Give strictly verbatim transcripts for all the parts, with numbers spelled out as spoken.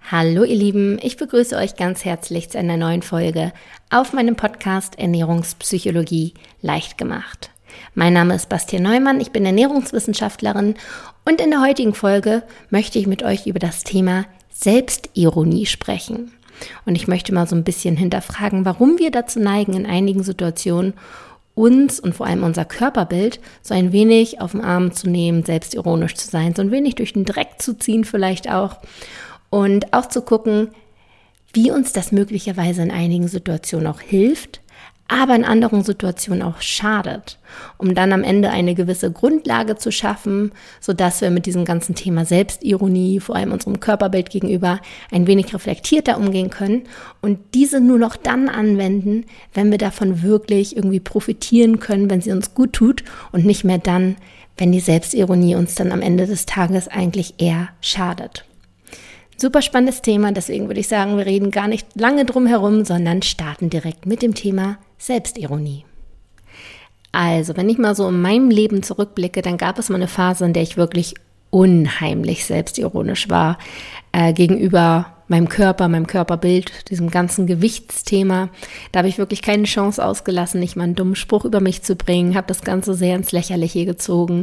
Hallo ihr Lieben, ich begrüße euch ganz herzlich zu einer neuen Folge auf meinem Podcast Ernährungspsychologie leicht gemacht. Mein Name ist Bastian Neumann, ich bin Ernährungswissenschaftlerin und in der heutigen Folge möchte ich mit euch über das Thema Selbstironie sprechen. Und ich möchte mal so ein bisschen hinterfragen, warum wir dazu neigen, in einigen Situationen uns und vor allem unser Körperbild so ein wenig auf den Arm zu nehmen, selbstironisch zu sein, so ein wenig durch den Dreck zu ziehen vielleicht auch. Und auch zu gucken, wie uns das möglicherweise in einigen Situationen auch hilft, aber in anderen Situationen auch schadet, um dann am Ende eine gewisse Grundlage zu schaffen, sodass wir mit diesem ganzen Thema Selbstironie, vor allem unserem Körperbild gegenüber, ein wenig reflektierter umgehen können und diese nur noch dann anwenden, wenn wir davon wirklich irgendwie profitieren können, wenn sie uns gut tut und nicht mehr dann, wenn die Selbstironie uns dann am Ende des Tages eigentlich eher schadet. Super spannendes Thema, deswegen würde ich sagen, wir reden gar nicht lange drum herum, sondern starten direkt mit dem Thema Selbstironie. Also, wenn ich mal so in meinem Leben zurückblicke, dann gab es mal eine Phase, in der ich wirklich unheimlich selbstironisch war äh, gegenüber meinem Körper, meinem Körperbild, diesem ganzen Gewichtsthema. Da habe ich wirklich keine Chance ausgelassen, nicht mal einen dummen Spruch über mich zu bringen, habe das Ganze sehr ins Lächerliche gezogen.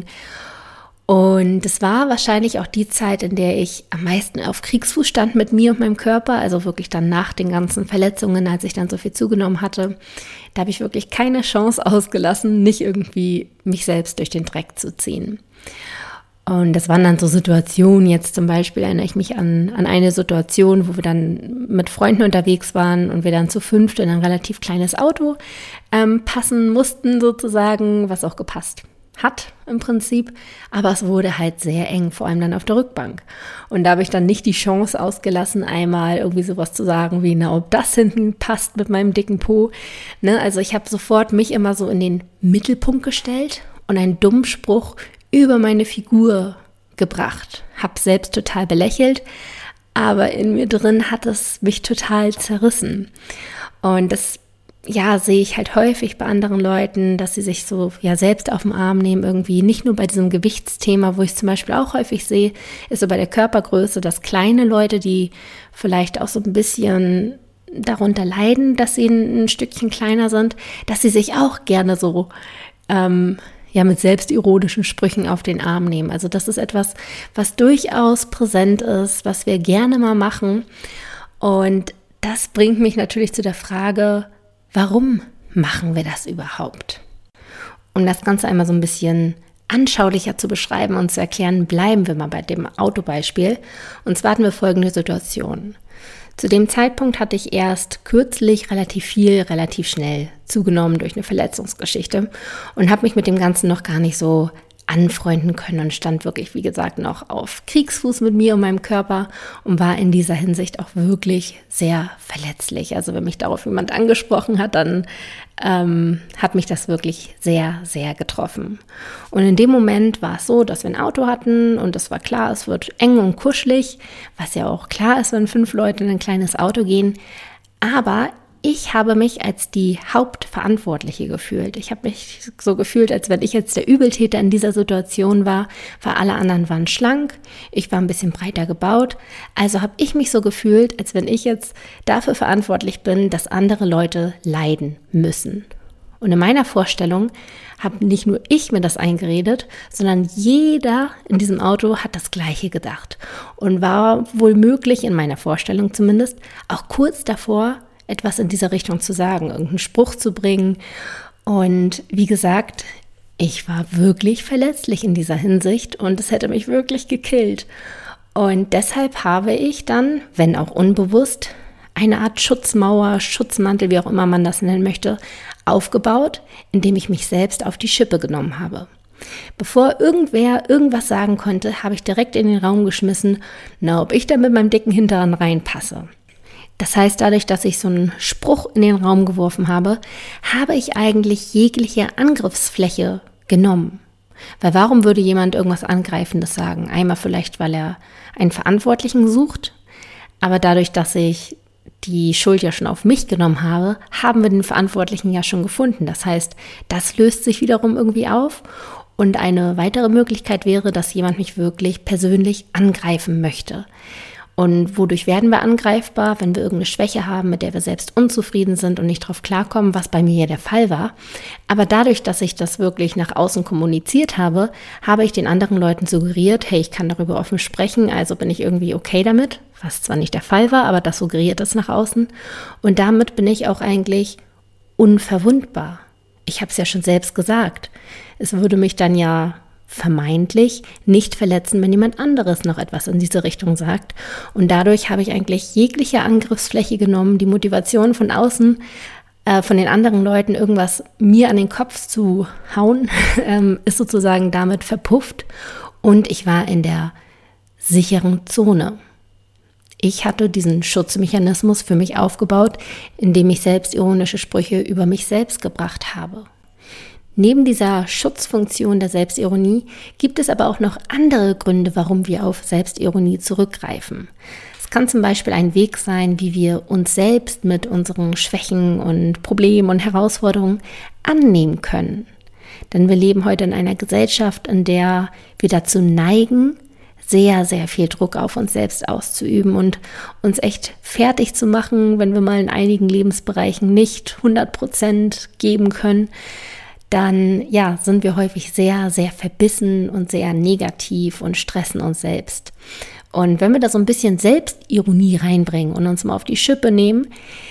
Und es war wahrscheinlich auch die Zeit, in der ich am meisten auf Kriegsfuß stand mit mir und meinem Körper, also wirklich dann nach den ganzen Verletzungen, als ich dann so viel zugenommen hatte. Da habe ich wirklich keine Chance ausgelassen, nicht irgendwie mich selbst durch den Dreck zu ziehen. Und das waren dann so Situationen, jetzt zum Beispiel erinnere ich mich an, an eine Situation, wo wir dann mit Freunden unterwegs waren und wir dann zu fünft in ein relativ kleines Auto ähm, passen mussten sozusagen, was auch gepasst hat im Prinzip, aber es wurde halt sehr eng, vor allem dann auf der Rückbank. Und da habe ich dann nicht die Chance ausgelassen, einmal irgendwie sowas zu sagen wie, na, ob das hinten passt mit meinem dicken Po. Ne? Also ich habe sofort mich immer so in den Mittelpunkt gestellt und einen dummen Spruch über meine Figur gebracht. Habe selbst total belächelt, aber in mir drin hat es mich total zerrissen. Und das ja, sehe ich halt häufig bei anderen Leuten, dass sie sich so ja selbst auf den Arm nehmen irgendwie. Nicht nur bei diesem Gewichtsthema, wo ich es zum Beispiel auch häufig sehe, ist so bei der Körpergröße, dass kleine Leute, die vielleicht auch so ein bisschen darunter leiden, dass sie ein, ein Stückchen kleiner sind, dass sie sich auch gerne so ähm, ja mit selbstironischen Sprüchen auf den Arm nehmen. Also das ist etwas, was durchaus präsent ist, was wir gerne mal machen. Und das bringt mich natürlich zu der Frage, warum machen wir das überhaupt? Um das Ganze einmal so ein bisschen anschaulicher zu beschreiben und zu erklären, bleiben wir mal bei dem Autobeispiel. Und zwar hatten wir folgende Situation. Zu dem Zeitpunkt hatte ich erst kürzlich relativ viel, relativ schnell zugenommen durch eine Verletzungsgeschichte und habe mich mit dem Ganzen noch gar nicht so anfreunden können und stand wirklich, wie gesagt, noch auf Kriegsfuß mit mir und meinem Körper und war in dieser Hinsicht auch wirklich sehr verletzlich. Also wenn mich darauf jemand angesprochen hat, dann ähm, hat mich das wirklich sehr, sehr getroffen. Und in dem Moment war es so, dass wir ein Auto hatten und es war klar, es wird eng und kuschelig, was ja auch klar ist, wenn fünf Leute in ein kleines Auto gehen. Aber ich habe mich als die Hauptverantwortliche gefühlt. Ich habe mich so gefühlt, als wenn ich jetzt der Übeltäter in dieser Situation war, weil alle anderen waren schlank, ich war ein bisschen breiter gebaut. Also habe ich mich so gefühlt, als wenn ich jetzt dafür verantwortlich bin, dass andere Leute leiden müssen. Und in meiner Vorstellung habe nicht nur ich mir das eingeredet, sondern jeder in diesem Auto hat das Gleiche gedacht und war wohl möglich, in meiner Vorstellung zumindest, auch kurz davor, etwas in dieser Richtung zu sagen, irgendeinen Spruch zu bringen. Und wie gesagt, ich war wirklich verletzlich in dieser Hinsicht und es hätte mich wirklich gekillt. Und deshalb habe ich dann, wenn auch unbewusst, eine Art Schutzmauer, Schutzmantel, wie auch immer man das nennen möchte, aufgebaut, indem ich mich selbst auf die Schippe genommen habe. Bevor irgendwer irgendwas sagen konnte, habe ich direkt in den Raum geschmissen, na, ob ich da mit meinem dicken Hintern reinpasse. Das heißt, dadurch, dass ich so einen Spruch in den Raum geworfen habe, habe ich eigentlich jegliche Angriffsfläche genommen. Weil warum würde jemand irgendwas Angreifendes sagen? Einmal vielleicht, weil er einen Verantwortlichen sucht, aber dadurch, dass ich die Schuld ja schon auf mich genommen habe, haben wir den Verantwortlichen ja schon gefunden. Das heißt, das löst sich wiederum irgendwie auf. Und eine weitere Möglichkeit wäre, dass jemand mich wirklich persönlich angreifen möchte. Und wodurch werden wir angreifbar, wenn wir irgendeine Schwäche haben, mit der wir selbst unzufrieden sind und nicht drauf klarkommen, was bei mir ja der Fall war. Aber dadurch, dass ich das wirklich nach außen kommuniziert habe, habe ich den anderen Leuten suggeriert, hey, ich kann darüber offen sprechen, also bin ich irgendwie okay damit, was zwar nicht der Fall war, aber das suggeriert es nach außen. Und damit bin ich auch eigentlich unverwundbar. Ich habe es ja schon selbst gesagt. Es würde mich dann ja vermeintlich nicht verletzen, wenn jemand anderes noch etwas in diese Richtung sagt. Und dadurch habe ich eigentlich jegliche Angriffsfläche genommen, die Motivation von außen, äh, von den anderen Leuten irgendwas mir an den Kopf zu hauen, ähm, ist sozusagen damit verpufft. Und ich war in der sicheren Zone. Ich hatte diesen Schutzmechanismus für mich aufgebaut, indem ich selbstironische Sprüche über mich selbst gebracht habe. Neben dieser Schutzfunktion der Selbstironie gibt es aber auch noch andere Gründe, warum wir auf Selbstironie zurückgreifen. Es kann zum Beispiel ein Weg sein, wie wir uns selbst mit unseren Schwächen und Problemen und Herausforderungen annehmen können. Denn wir leben heute in einer Gesellschaft, in der wir dazu neigen, sehr, sehr viel Druck auf uns selbst auszuüben und uns echt fertig zu machen, wenn wir mal in einigen Lebensbereichen nicht hundert Prozent geben können. Dann ja, sind wir häufig sehr, sehr verbissen und sehr negativ und stressen uns selbst. Und wenn wir da so ein bisschen Selbstironie reinbringen und uns mal auf die Schippe nehmen,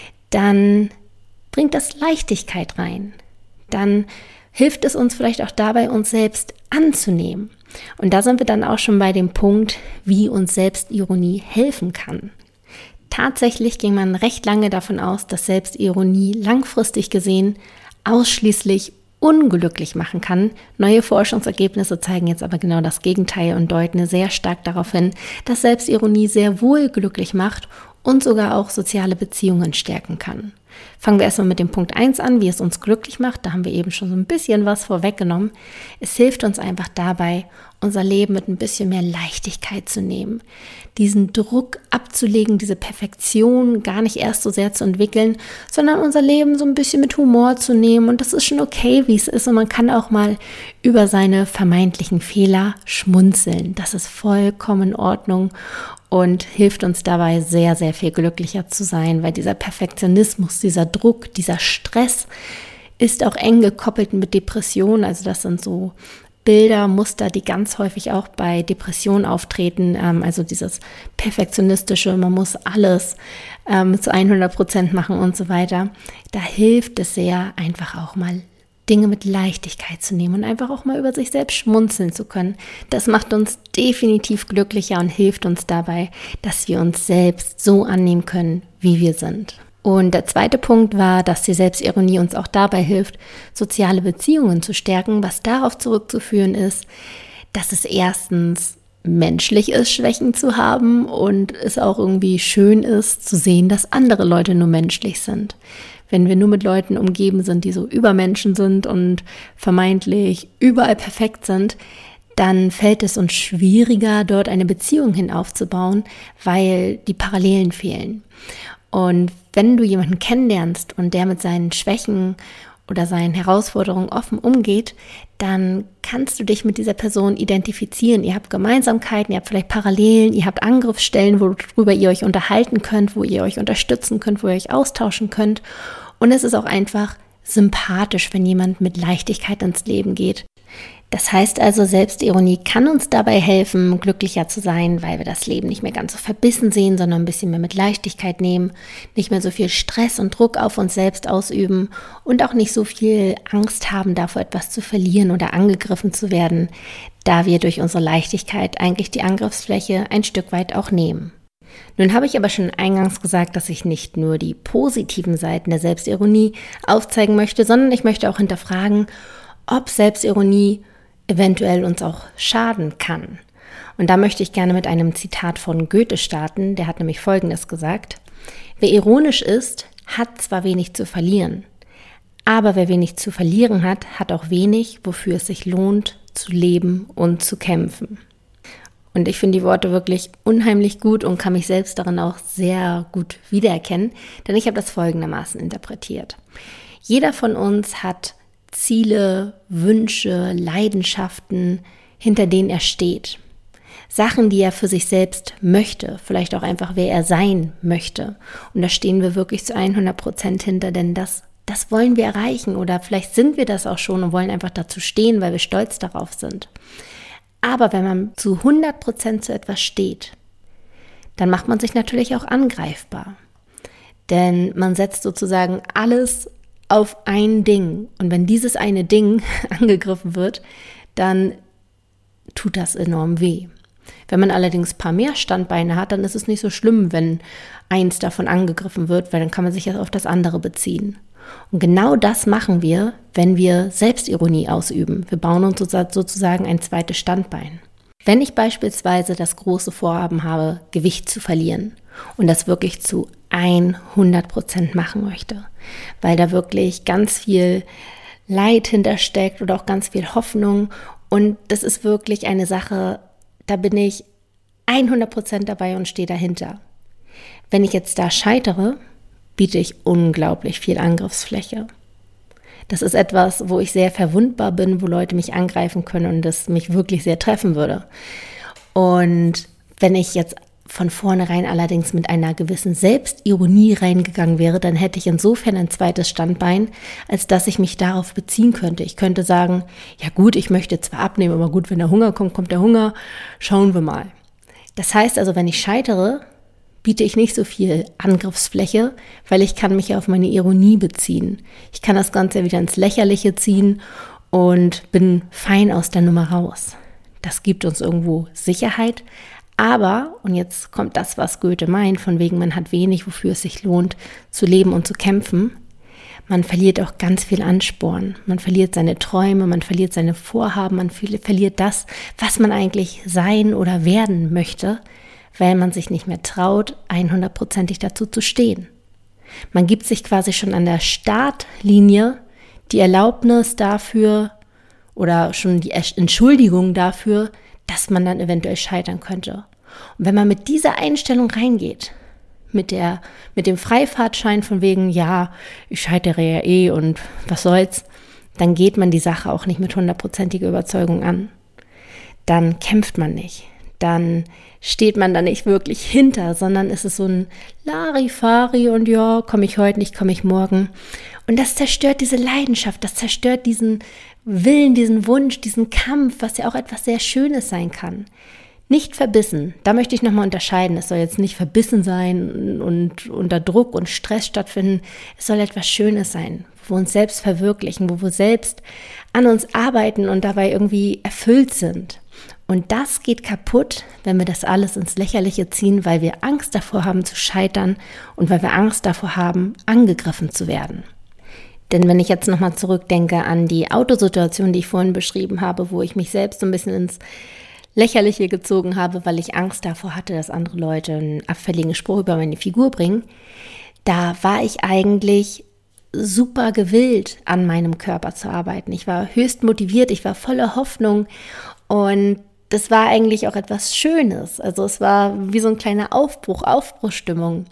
dann bringt das Leichtigkeit rein. Dann hilft es uns vielleicht auch dabei, uns selbst anzunehmen. Und da sind wir dann auch schon bei dem Punkt, wie uns Selbstironie helfen kann. Tatsächlich ging man recht lange davon aus, dass Selbstironie langfristig gesehen ausschließlich unglücklich machen kann. Neue Forschungsergebnisse zeigen jetzt aber genau das Gegenteil und deuten sehr stark darauf hin, dass Selbstironie sehr wohl glücklich macht und sogar auch soziale Beziehungen stärken kann. Fangen wir erstmal mit dem Punkt eins an, wie es uns glücklich macht. Da haben wir eben schon so ein bisschen was vorweggenommen. Es hilft uns einfach dabei, unser Leben mit ein bisschen mehr Leichtigkeit zu nehmen. Diesen Druck abzulegen, diese Perfektion gar nicht erst so sehr zu entwickeln, sondern unser Leben so ein bisschen mit Humor zu nehmen. Und das ist schon okay, wie es ist. Und man kann auch mal über seine vermeintlichen Fehler schmunzeln. Das ist vollkommen in Ordnung und hilft uns dabei, sehr, sehr viel glücklicher zu sein, weil dieser Perfektionismus, dieser Druck, dieser Stress ist auch eng gekoppelt mit Depressionen. Also das sind so Bilder, Muster, die ganz häufig auch bei Depressionen auftreten. Ähm, also dieses perfektionistische, man muss alles ähm, zu hundert Prozent machen und so weiter. Da hilft es sehr, einfach auch mal Dinge mit Leichtigkeit zu nehmen und einfach auch mal über sich selbst schmunzeln zu können. Das macht uns definitiv glücklicher und hilft uns dabei, dass wir uns selbst so annehmen können, wie wir sind. Und der zweite Punkt war, dass die Selbstironie uns auch dabei hilft, soziale Beziehungen zu stärken, was darauf zurückzuführen ist, dass es erstens menschlich ist, Schwächen zu haben und es auch irgendwie schön ist zu sehen, dass andere Leute nur menschlich sind. Wenn wir nur mit Leuten umgeben sind, die so Übermenschen sind und vermeintlich überall perfekt sind, dann fällt es uns schwieriger, dort eine Beziehung hin aufzubauen, weil die Parallelen fehlen. Und wenn du jemanden kennenlernst und der mit seinen Schwächen oder seinen Herausforderungen offen umgeht, dann kannst du dich mit dieser Person identifizieren. Ihr habt Gemeinsamkeiten, ihr habt vielleicht Parallelen, ihr habt Angriffsstellen, worüber ihr euch unterhalten könnt, wo ihr euch unterstützen könnt, wo ihr euch austauschen könnt. Und es ist auch einfach sympathisch, wenn jemand mit Leichtigkeit ins Leben geht. Das heißt also, Selbstironie kann uns dabei helfen, glücklicher zu sein, weil wir das Leben nicht mehr ganz so verbissen sehen, sondern ein bisschen mehr mit Leichtigkeit nehmen, nicht mehr so viel Stress und Druck auf uns selbst ausüben und auch nicht so viel Angst haben, davor etwas zu verlieren oder angegriffen zu werden, da wir durch unsere Leichtigkeit eigentlich die Angriffsfläche ein Stück weit auch nehmen. Nun habe ich aber schon eingangs gesagt, dass ich nicht nur die positiven Seiten der Selbstironie aufzeigen möchte, sondern ich möchte auch hinterfragen, ob Selbstironie eventuell uns auch schaden kann. Und da möchte ich gerne mit einem Zitat von Goethe starten, der hat nämlich Folgendes gesagt: Wer ironisch ist, hat zwar wenig zu verlieren, aber wer wenig zu verlieren hat, hat auch wenig, wofür es sich lohnt, zu leben und zu kämpfen. Und ich finde die Worte wirklich unheimlich gut und kann mich selbst darin auch sehr gut wiedererkennen, denn ich habe das folgendermaßen interpretiert. Jeder von uns hat Ziele, Wünsche, Leidenschaften, hinter denen er steht. Sachen, die er für sich selbst möchte, vielleicht auch einfach, wer er sein möchte. Und da stehen wir wirklich zu hundert Prozent hinter, denn das, das wollen wir erreichen oder vielleicht sind wir das auch schon und wollen einfach dazu stehen, weil wir stolz darauf sind. Aber wenn man zu hundert Prozent zu etwas steht, dann macht man sich natürlich auch angreifbar. Denn man setzt sozusagen alles auf ein Ding. Und wenn dieses eine Ding angegriffen wird, dann tut das enorm weh. Wenn man allerdings ein paar mehr Standbeine hat, dann ist es nicht so schlimm, wenn eins davon angegriffen wird, weil dann kann man sich ja auf das andere beziehen. Und genau das machen wir, wenn wir Selbstironie ausüben. Wir bauen uns sozusagen ein zweites Standbein. Wenn ich beispielsweise das große Vorhaben habe, Gewicht zu verlieren und das wirklich zu hundert Prozent machen möchte, weil da wirklich ganz viel Leid hintersteckt oder auch ganz viel Hoffnung und das ist wirklich eine Sache, da bin ich hundert Prozent dabei und stehe dahinter. Wenn ich jetzt da scheitere, biete ich unglaublich viel Angriffsfläche. Das ist etwas, wo ich sehr verwundbar bin, wo Leute mich angreifen können und das mich wirklich sehr treffen würde. Und wenn ich jetzt von vornherein allerdings mit einer gewissen Selbstironie reingegangen wäre, dann hätte ich insofern ein zweites Standbein, als dass ich mich darauf beziehen könnte. Ich könnte sagen, ja gut, ich möchte zwar abnehmen, aber gut, wenn der Hunger kommt, kommt der Hunger, schauen wir mal. Das heißt also, wenn ich scheitere, biete ich nicht so viel Angriffsfläche, weil ich kann mich ja auf meine Ironie beziehen. Ich kann das Ganze wieder ins Lächerliche ziehen und bin fein aus der Nummer raus. Das gibt uns irgendwo Sicherheit, aber, und jetzt kommt das, was Goethe meint, von wegen man hat wenig, wofür es sich lohnt, zu leben und zu kämpfen, man verliert auch ganz viel Ansporn. Man verliert seine Träume, man verliert seine Vorhaben, man verliert das, was man eigentlich sein oder werden möchte, weil man sich nicht mehr traut, hundertprozentig dazu zu stehen. Man gibt sich quasi schon an der Startlinie die Erlaubnis dafür oder schon die Entschuldigung dafür, dass man dann eventuell scheitern könnte. Und wenn man mit dieser Einstellung reingeht, mit der, mit dem Freifahrtschein von wegen, ja, ich scheitere ja eh und was soll's, dann geht man die Sache auch nicht mit hundertprozentiger Überzeugung an. Dann kämpft man nicht. Dann steht man da nicht wirklich hinter, sondern es ist so ein Larifari und ja, komme ich heute nicht, komme ich morgen. Und das zerstört diese Leidenschaft, das zerstört diesen Willen, diesen Wunsch, diesen Kampf, was ja auch etwas sehr Schönes sein kann. Nicht verbissen, da möchte ich nochmal unterscheiden. Es soll jetzt nicht verbissen sein und unter Druck und Stress stattfinden. Es soll etwas Schönes sein, wo wir uns selbst verwirklichen, wo wir selbst an uns arbeiten und dabei irgendwie erfüllt sind. Und das geht kaputt, wenn wir das alles ins Lächerliche ziehen, weil wir Angst davor haben zu scheitern und weil wir Angst davor haben, angegriffen zu werden. Denn wenn ich jetzt nochmal zurückdenke an die Autosituation, die ich vorhin beschrieben habe, wo ich mich selbst so ein bisschen ins Lächerliche gezogen habe, weil ich Angst davor hatte, dass andere Leute einen abfälligen Spruch über meine Figur bringen, da war ich eigentlich super gewillt, an meinem Körper zu arbeiten. Ich war höchst motiviert, ich war voller Hoffnung und das war eigentlich auch etwas Schönes. Also es war wie so ein kleiner Aufbruch, Aufbruchsstimmung.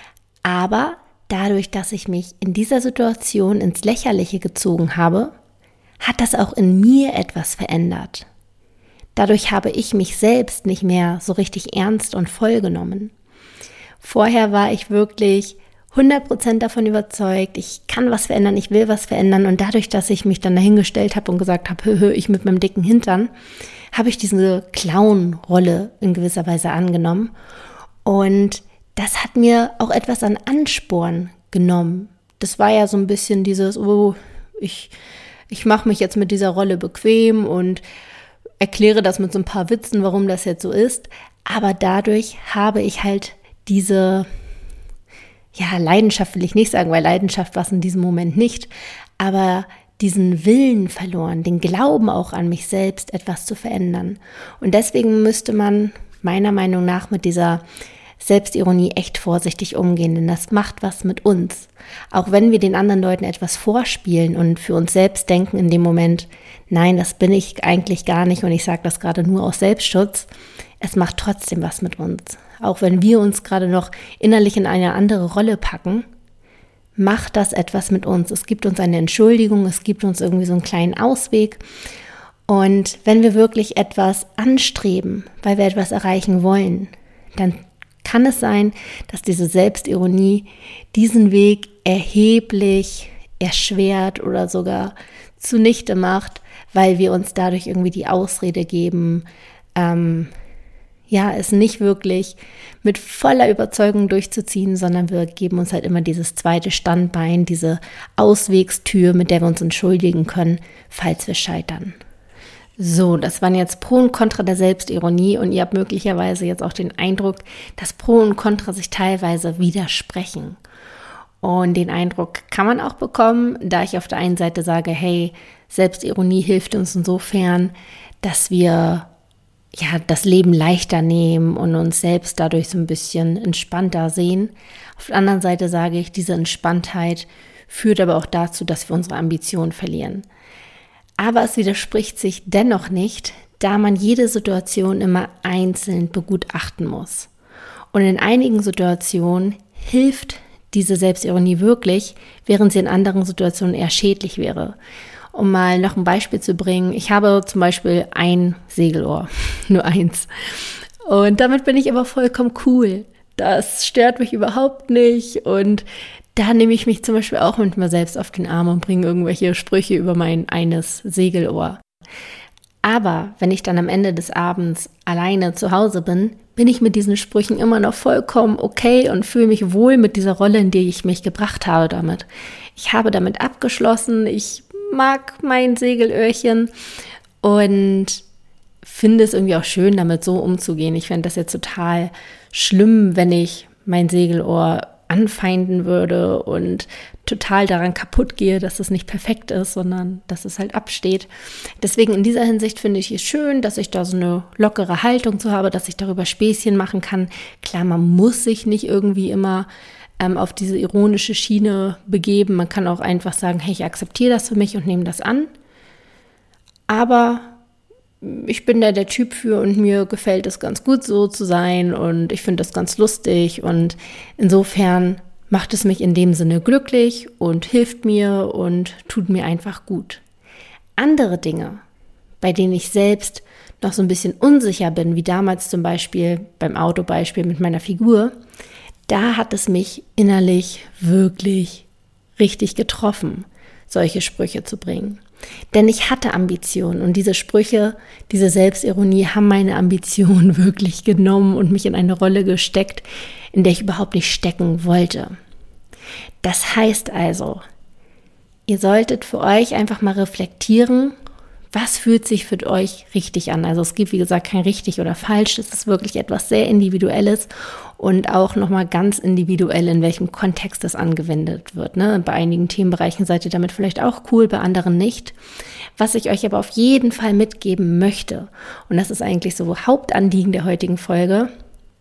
Aber dadurch, dass ich mich in dieser Situation ins Lächerliche gezogen habe, hat das auch in mir etwas verändert. Dadurch habe ich mich selbst nicht mehr so richtig ernst und voll genommen. Vorher war ich wirklich hundert Prozent davon überzeugt, ich kann was verändern, ich will was verändern und dadurch, dass ich mich dann dahingestellt habe und gesagt habe, hö, hö, ich mit meinem dicken Hintern, habe ich diese Clown-Rolle in gewisser Weise angenommen und das hat mir auch etwas an Ansporn genommen. Das war ja so ein bisschen dieses, oh, ich, ich mache mich jetzt mit dieser Rolle bequem und erkläre das mit so ein paar Witzen, warum das jetzt so ist. Aber dadurch habe ich halt diese, ja, Leidenschaft will ich nicht sagen, weil Leidenschaft war es in diesem Moment nicht, aber diesen Willen verloren, den Glauben auch an mich selbst, etwas zu verändern. Und deswegen müsste man meiner Meinung nach mit dieser Selbstironie echt vorsichtig umgehen, denn das macht was mit uns. Auch wenn wir den anderen Leuten etwas vorspielen und für uns selbst denken in dem Moment, nein, das bin ich eigentlich gar nicht und ich sage das gerade nur aus Selbstschutz, es macht trotzdem was mit uns. Auch wenn wir uns gerade noch innerlich in eine andere Rolle packen, macht das etwas mit uns. Es gibt uns eine Entschuldigung, es gibt uns irgendwie so einen kleinen Ausweg Und wenn wir wirklich etwas anstreben, weil wir etwas erreichen wollen, dann kann es sein, dass diese Selbstironie diesen Weg erheblich erschwert oder sogar zunichte macht, weil wir uns dadurch irgendwie die Ausrede geben, ähm, ja, es nicht wirklich mit voller Überzeugung durchzuziehen, sondern wir geben uns halt immer dieses zweite Standbein, diese Auswegstür, mit der wir uns entschuldigen können, falls wir scheitern. So, das waren jetzt Pro und Contra der Selbstironie und ihr habt möglicherweise jetzt auch den Eindruck, dass Pro und Contra sich teilweise widersprechen. Und den Eindruck kann man auch bekommen, da ich auf der einen Seite sage, hey, Selbstironie hilft uns insofern, dass wir ja das Leben leichter nehmen und uns selbst dadurch so ein bisschen entspannter sehen. Auf der anderen Seite sage ich, diese Entspanntheit führt aber auch dazu, dass wir unsere Ambitionen verlieren. Aber es widerspricht sich dennoch nicht, da man jede Situation immer einzeln begutachten muss. Und in einigen Situationen hilft diese Selbstironie wirklich, während sie in anderen Situationen eher schädlich wäre. Um mal noch ein Beispiel zu bringen, ich habe zum Beispiel ein Segelohr, nur eins. Und damit bin ich aber vollkommen cool. Das stört mich überhaupt nicht und da nehme ich mich zum Beispiel auch mit mir selbst auf den Arm und bringe irgendwelche Sprüche über mein eines Segelohr. Aber wenn ich dann am Ende des Abends alleine zu Hause bin, bin ich mit diesen Sprüchen immer noch vollkommen okay und fühle mich wohl mit dieser Rolle, in die ich mich gebracht habe damit. Ich habe damit abgeschlossen, ich mag mein Segelöhrchen und finde es irgendwie auch schön, damit so umzugehen. Ich fände das jetzt total schlimm, wenn ich mein Segelohr anfeinden würde und total daran kaputt gehe, dass es nicht perfekt ist, sondern dass es halt absteht. Deswegen in dieser Hinsicht finde ich es schön, dass ich da so eine lockere Haltung zu habe, dass ich darüber Späßchen machen kann. Klar, man muss sich nicht irgendwie immer ähm, auf diese ironische Schiene begeben. Man kann auch einfach sagen, hey, ich akzeptiere das für mich und nehme das an. Aber ich bin da der Typ für und mir gefällt es ganz gut, so zu sein und ich finde das ganz lustig und insofern macht es mich in dem Sinne glücklich und hilft mir und tut mir einfach gut. Andere Dinge, bei denen ich selbst noch so ein bisschen unsicher bin, wie damals zum Beispiel beim Autobeispiel mit meiner Figur, da hat es mich innerlich wirklich richtig getroffen, solche Sprüche zu bringen. Denn ich hatte Ambitionen und diese Sprüche, diese Selbstironie haben meine Ambitionen wirklich genommen und mich in eine Rolle gesteckt, in der ich überhaupt nicht stecken wollte. Das heißt also, ihr solltet für euch einfach mal reflektieren, was fühlt sich für euch richtig an. Also es gibt, wie gesagt, kein richtig oder falsch, es ist wirklich etwas sehr Individuelles und auch nochmal ganz individuell, in welchem Kontext das angewendet wird. Ne? Bei einigen Themenbereichen seid ihr damit vielleicht auch cool, bei anderen nicht. Was ich euch aber auf jeden Fall mitgeben möchte, und das ist eigentlich so Hauptanliegen der heutigen Folge,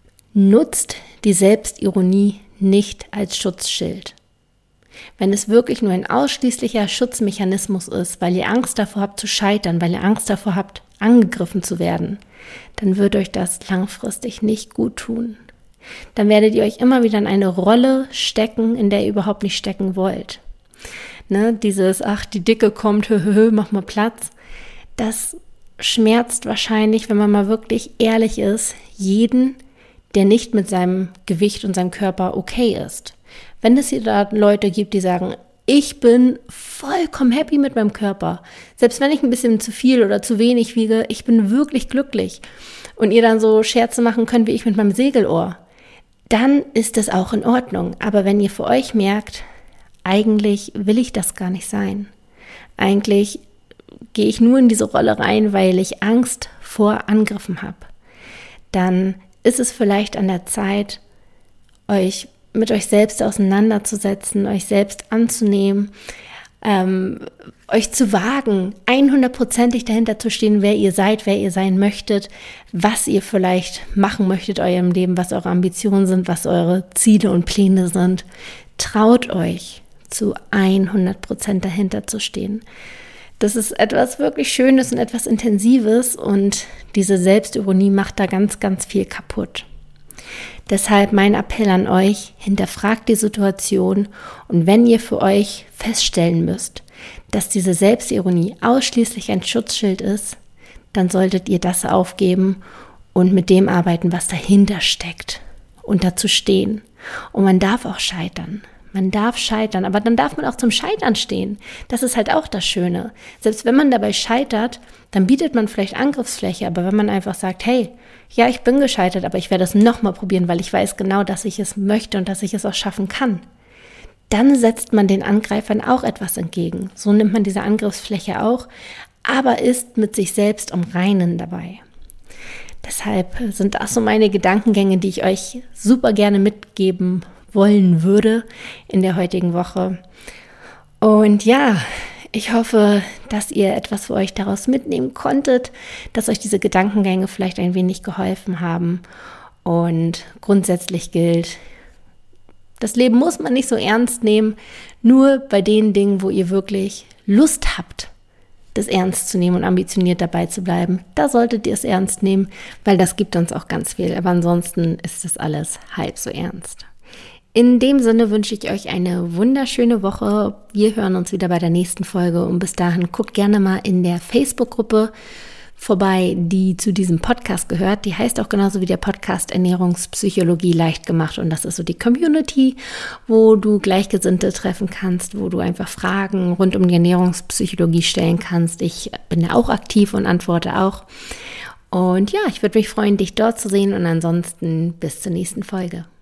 nutzt die Selbstironie nicht als Schutzschild. Wenn es wirklich nur ein ausschließlicher Schutzmechanismus ist, weil ihr Angst davor habt zu scheitern, weil ihr Angst davor habt, angegriffen zu werden, dann wird euch das langfristig nicht gut tun. Dann werdet ihr euch immer wieder in eine Rolle stecken, in der ihr überhaupt nicht stecken wollt. Ne, dieses, ach, die Dicke kommt, hö, hö, hö, mach mal Platz, das schmerzt wahrscheinlich, wenn man mal wirklich ehrlich ist, jeden, der nicht mit seinem Gewicht und seinem Körper okay ist. Wenn es hier da Leute gibt, die sagen, ich bin vollkommen happy mit meinem Körper, selbst wenn ich ein bisschen zu viel oder zu wenig wiege, ich bin wirklich glücklich und ihr dann so Scherze machen könnt, wie ich mit meinem Segelohr, dann ist das auch in Ordnung. Aber wenn ihr für euch merkt, eigentlich will ich das gar nicht sein, eigentlich gehe ich nur in diese Rolle rein, weil ich Angst vor Angriffen habe, dann ist es vielleicht an der Zeit, euch mit euch selbst auseinanderzusetzen, euch selbst anzunehmen, ähm, euch zu wagen, hundertprozentig dahinter zu stehen, wer ihr seid, wer ihr sein möchtet, was ihr vielleicht machen möchtet eurem Leben, was eure Ambitionen sind, was eure Ziele und Pläne sind. Traut euch, zu hundert Prozent dahinter zu stehen. Das ist etwas wirklich Schönes und etwas Intensives und diese Selbstironie macht da ganz, ganz viel kaputt. Deshalb mein Appell an euch, hinterfragt die Situation und wenn ihr für euch feststellen müsst, dass diese Selbstironie ausschließlich ein Schutzschild ist, dann solltet ihr das aufgeben und mit dem arbeiten, was dahinter steckt und dazu stehen. Und man darf auch scheitern. Man darf scheitern, aber dann darf man auch zum Scheitern stehen. Das ist halt auch das Schöne. Selbst wenn man dabei scheitert, dann bietet man vielleicht Angriffsfläche, aber wenn man einfach sagt, hey, ja, ich bin gescheitert, aber ich werde es nochmal probieren, weil ich weiß genau, dass ich es möchte und dass ich es auch schaffen kann, dann setzt man den Angreifern auch etwas entgegen. So nimmt man diese Angriffsfläche auch, aber ist mit sich selbst im Reinen dabei. Deshalb sind das so meine Gedankengänge, die ich euch super gerne mitgeben wollen würde in der heutigen Woche. Und ja, ich hoffe, dass ihr etwas für euch daraus mitnehmen konntet, dass euch diese Gedankengänge vielleicht ein wenig geholfen haben. Und grundsätzlich gilt, das Leben muss man nicht so ernst nehmen, nur bei den Dingen, wo ihr wirklich Lust habt, das ernst zu nehmen und ambitioniert dabei zu bleiben. Da solltet ihr es ernst nehmen, weil das gibt uns auch ganz viel. Aber ansonsten ist das alles halb so ernst. In dem Sinne wünsche ich euch eine wunderschöne Woche. Wir hören uns wieder bei der nächsten Folge und bis dahin guckt gerne mal in der Facebook-Gruppe vorbei, die zu diesem Podcast gehört. Die heißt auch genauso wie der Podcast Ernährungspsychologie leicht gemacht und das ist so die Community, wo du Gleichgesinnte treffen kannst, wo du einfach Fragen rund um die Ernährungspsychologie stellen kannst. Ich bin da auch aktiv und antworte auch. Und ja, ich würde mich freuen, dich dort zu sehen und ansonsten bis zur nächsten Folge.